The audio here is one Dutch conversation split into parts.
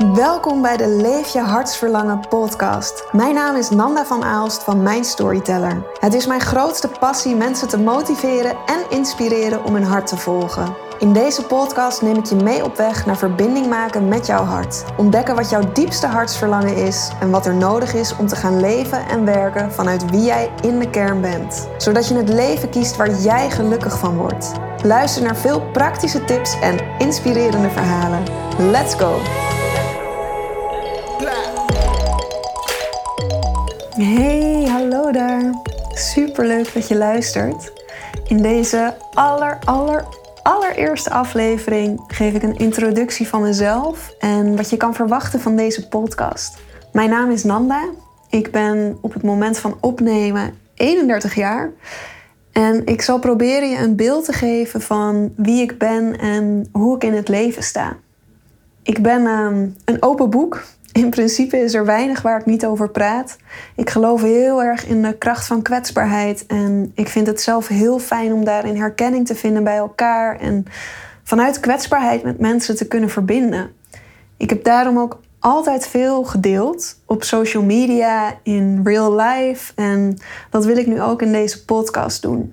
Welkom bij de Leef je hartsverlangen podcast. Mijn naam is Nanda van Aalst van Mijn Storyteller. Het is mijn grootste passie mensen te motiveren en inspireren om hun hart te volgen. In deze podcast neem ik je mee op weg naar verbinding maken met jouw hart. Ontdekken wat jouw diepste hartsverlangen is en wat er nodig is om te gaan leven en werken vanuit wie jij in de kern bent. Zodat je het leven kiest waar jij gelukkig van wordt. Luister naar veel praktische tips en inspirerende verhalen. Let's go! Hey, hallo daar. Superleuk dat je luistert. In deze allereerste aflevering geef ik een introductie van mezelf en wat je kan verwachten van deze podcast. Mijn naam is Nanda. Ik ben op het moment van opnemen 31 jaar. En ik zal proberen je een beeld te geven van wie ik ben en hoe ik in het leven sta. Ik ben een open boek. In principe is er weinig waar ik niet over praat. Ik geloof heel erg in de kracht van kwetsbaarheid. En ik vind het zelf heel fijn om daarin herkenning te vinden bij elkaar. En vanuit kwetsbaarheid met mensen te kunnen verbinden. Ik heb daarom ook altijd veel gedeeld. Op social media, in real life. En dat wil ik nu ook in deze podcast doen.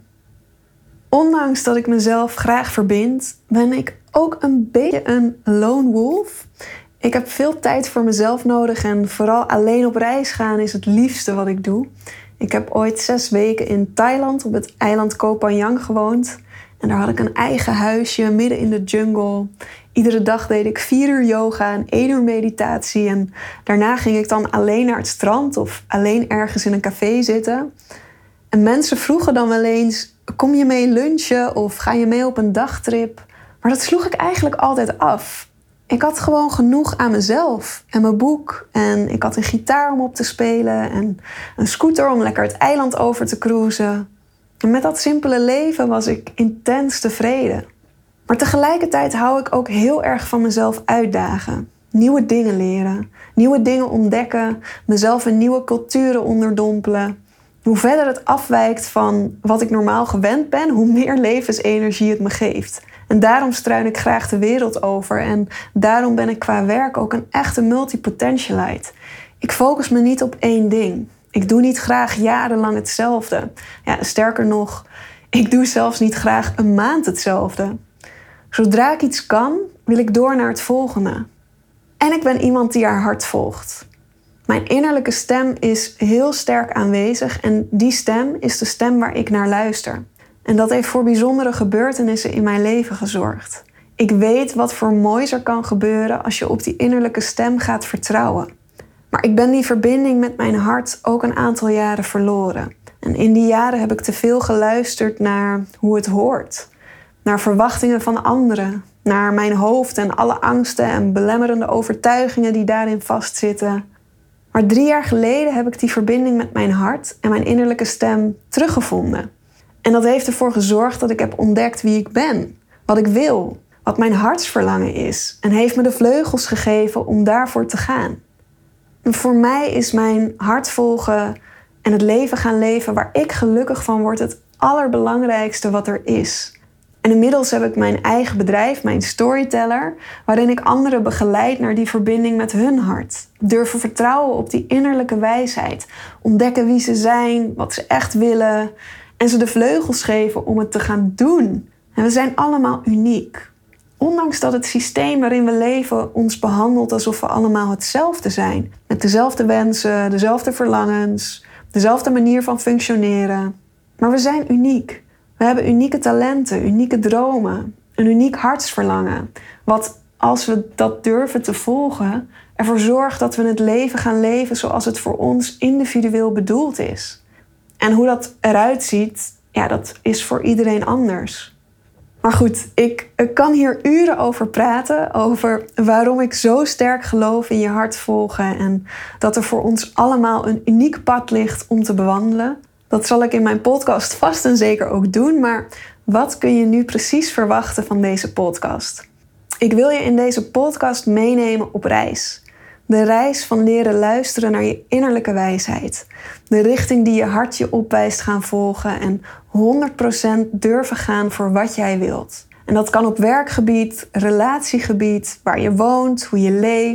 Ondanks dat ik mezelf graag verbind, ben ik ook een beetje een lone wolf. Ik heb veel tijd voor mezelf nodig en vooral alleen op reis gaan is het liefste wat ik doe. Ik heb ooit 6 weken in Thailand op het eiland Koh Phangan gewoond. En daar had ik een eigen huisje midden in de jungle. Iedere dag deed ik 4 uur yoga en 1 uur meditatie. En daarna ging ik dan alleen naar het strand of alleen ergens in een café zitten. En mensen vroegen dan wel eens, kom je mee lunchen of ga je mee op een dagtrip? Maar dat sloeg ik eigenlijk altijd af. Ik had gewoon genoeg aan mezelf en mijn boek. En ik had een gitaar om op te spelen en een scooter om lekker het eiland over te cruisen. En met dat simpele leven was ik intens tevreden. Maar tegelijkertijd hou ik ook heel erg van mezelf uitdagen. Nieuwe dingen leren, nieuwe dingen ontdekken, mezelf in nieuwe culturen onderdompelen. Hoe verder het afwijkt van wat ik normaal gewend ben, hoe meer levensenergie het me geeft. En daarom struin ik graag de wereld over. En daarom ben ik qua werk ook een echte multipotentialite. Ik focus me niet op één ding. Ik doe niet graag jarenlang hetzelfde. Ja, sterker nog, ik doe zelfs niet graag een maand hetzelfde. Zodra ik iets kan, wil ik door naar het volgende. En ik ben iemand die haar hart volgt. Mijn innerlijke stem is heel sterk aanwezig en die stem is de stem waar ik naar luister. En dat heeft voor bijzondere gebeurtenissen in mijn leven gezorgd. Ik weet wat voor moois er kan gebeuren als je op die innerlijke stem gaat vertrouwen. Maar ik ben die verbinding met mijn hart ook een aantal jaren verloren. En in die jaren heb ik te veel geluisterd naar hoe het hoort. Naar verwachtingen van anderen. Naar mijn hoofd en alle angsten en belemmerende overtuigingen die daarin vastzitten. Maar 3 jaar geleden heb ik die verbinding met mijn hart en mijn innerlijke stem teruggevonden. En dat heeft ervoor gezorgd dat ik heb ontdekt wie ik ben, wat ik wil, wat mijn hartsverlangen is. En heeft me de vleugels gegeven om daarvoor te gaan. En voor mij is mijn hart volgen en het leven gaan leven waar ik gelukkig van word het allerbelangrijkste wat er is. En inmiddels heb ik mijn eigen bedrijf, mijn Storyteller, waarin ik anderen begeleid naar die verbinding met hun hart. Durven vertrouwen op die innerlijke wijsheid. Ontdekken wie ze zijn, wat ze echt willen. En ze de vleugels geven om het te gaan doen. En we zijn allemaal uniek. Ondanks dat het systeem waarin we leven ons behandelt alsof we allemaal hetzelfde zijn. Met dezelfde wensen, dezelfde verlangens, dezelfde manier van functioneren. Maar we zijn uniek. We hebben unieke talenten, unieke dromen, een uniek hartsverlangen. Wat, als we dat durven te volgen, ervoor zorgt dat we het leven gaan leven zoals het voor ons individueel bedoeld is. En hoe dat eruit ziet, ja, dat is voor iedereen anders. Maar goed, ik kan hier uren over praten, over waarom ik zo sterk geloof in je hart volgen en dat er voor ons allemaal een uniek pad ligt om te bewandelen. Dat zal ik in mijn podcast vast en zeker ook doen, maar wat kun je nu precies verwachten van deze podcast? Ik wil je in deze podcast meenemen op reis. De reis van leren luisteren naar je innerlijke wijsheid. De richting die je hart je opwijst gaan volgen en 100% durven gaan voor wat jij wilt. En dat kan op werkgebied, relatiegebied, waar je woont, hoe je leeft,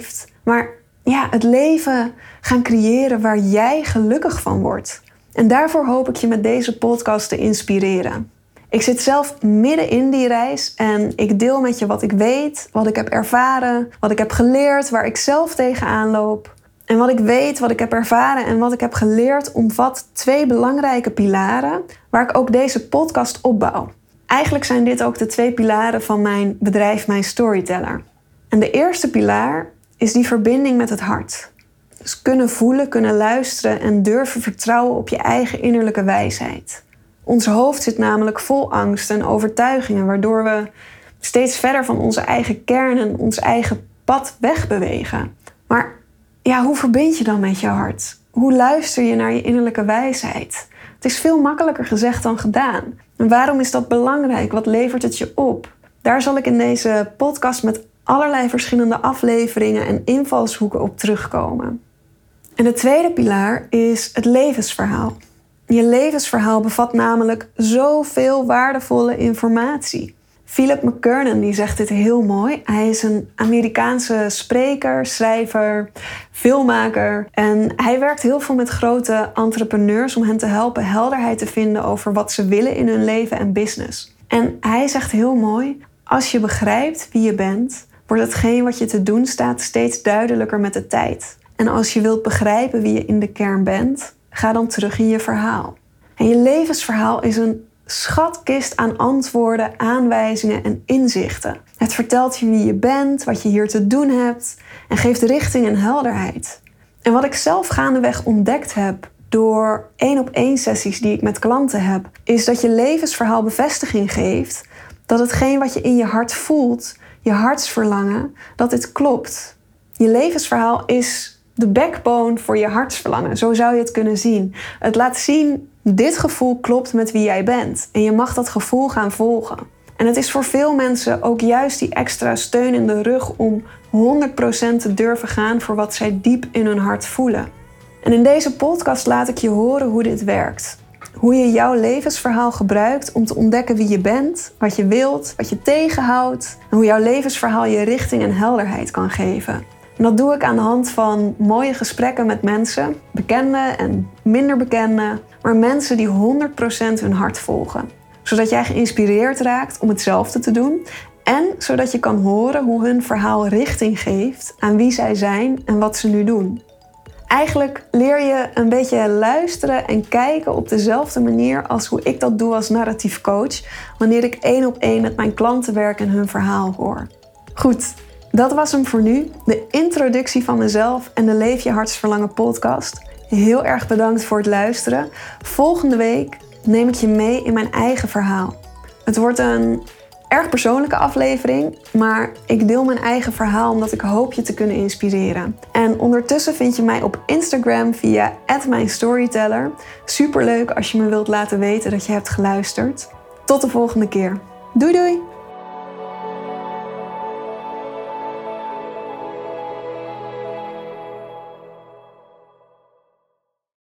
Maar ja, het leven gaan creëren waar jij gelukkig van wordt. En daarvoor hoop ik je met deze podcast te inspireren. Ik zit zelf midden in die reis en ik deel met je wat ik weet, wat ik heb ervaren, wat ik heb geleerd, waar ik zelf tegenaan loop. En wat ik weet, wat ik heb ervaren en wat ik heb geleerd omvat 2 belangrijke pilaren waar ik ook deze podcast op bouw. Eigenlijk zijn dit ook de 2 pilaren van mijn bedrijf Mijn Storyteller. En de eerste pilaar is die verbinding met het hart. Dus kunnen voelen, kunnen luisteren en durven vertrouwen op je eigen innerlijke wijsheid. Ons hoofd zit namelijk vol angst en overtuigingen, waardoor we steeds verder van onze eigen kern en ons eigen pad wegbewegen. Maar ja, hoe verbind je dan met je hart? Hoe luister je naar je innerlijke wijsheid? Het is veel makkelijker gezegd dan gedaan. En waarom is dat belangrijk? Wat levert het je op? Daar zal ik in deze podcast met allerlei verschillende afleveringen en invalshoeken op terugkomen. En de tweede pilaar is het levensverhaal. Je levensverhaal bevat namelijk zoveel waardevolle informatie. Philip McKernan die zegt dit heel mooi. Hij is een Amerikaanse spreker, schrijver, filmmaker. En hij werkt heel veel met grote entrepreneurs om hen te helpen helderheid te vinden over wat ze willen in hun leven en business. En hij zegt heel mooi, als je begrijpt wie je bent, wordt hetgeen wat je te doen staat steeds duidelijker met de tijd. En als je wilt begrijpen wie je in de kern bent, ga dan terug in je verhaal. En je levensverhaal is een schatkist aan antwoorden, aanwijzingen en inzichten. Het vertelt je wie je bent, wat je hier te doen hebt en geeft richting en helderheid. En wat ik zelf gaandeweg ontdekt heb door 1-op-1 sessies die ik met klanten heb, is dat je levensverhaal bevestiging geeft dat hetgeen wat je in je hart voelt, je hartsverlangen, dat dit klopt. Je levensverhaal is de backbone voor je hartsverlangen. Zo zou je het kunnen zien. Het laat zien, dit gevoel klopt met wie jij bent. En je mag dat gevoel gaan volgen. En het is voor veel mensen ook juist die extra steun in de rug om 100% te durven gaan voor wat zij diep in hun hart voelen. En in deze podcast laat ik je horen hoe dit werkt. Hoe je jouw levensverhaal gebruikt om te ontdekken wie je bent, wat je wilt, wat je tegenhoudt. En hoe jouw levensverhaal je richting en helderheid kan geven. En dat doe ik aan de hand van mooie gesprekken met mensen, bekende en minder bekende, maar mensen die 100% hun hart volgen. Zodat jij geïnspireerd raakt om hetzelfde te doen en zodat je kan horen hoe hun verhaal richting geeft aan wie zij zijn en wat ze nu doen. Eigenlijk leer je een beetje luisteren en kijken op dezelfde manier als hoe ik dat doe als narratief coach, wanneer ik 1-op-1 met mijn klanten werk en hun verhaal hoor. Goed. Dat was hem voor nu, de introductie van mezelf en de Leef je hartsverlangen podcast. Heel erg bedankt voor het luisteren. Volgende week neem ik je mee in mijn eigen verhaal. Het wordt een erg persoonlijke aflevering, maar ik deel mijn eigen verhaal omdat ik hoop je te kunnen inspireren. En ondertussen vind je mij op Instagram via @mijnstoryteller. Superleuk als je me wilt laten weten dat je hebt geluisterd. Tot de volgende keer. Doei doei!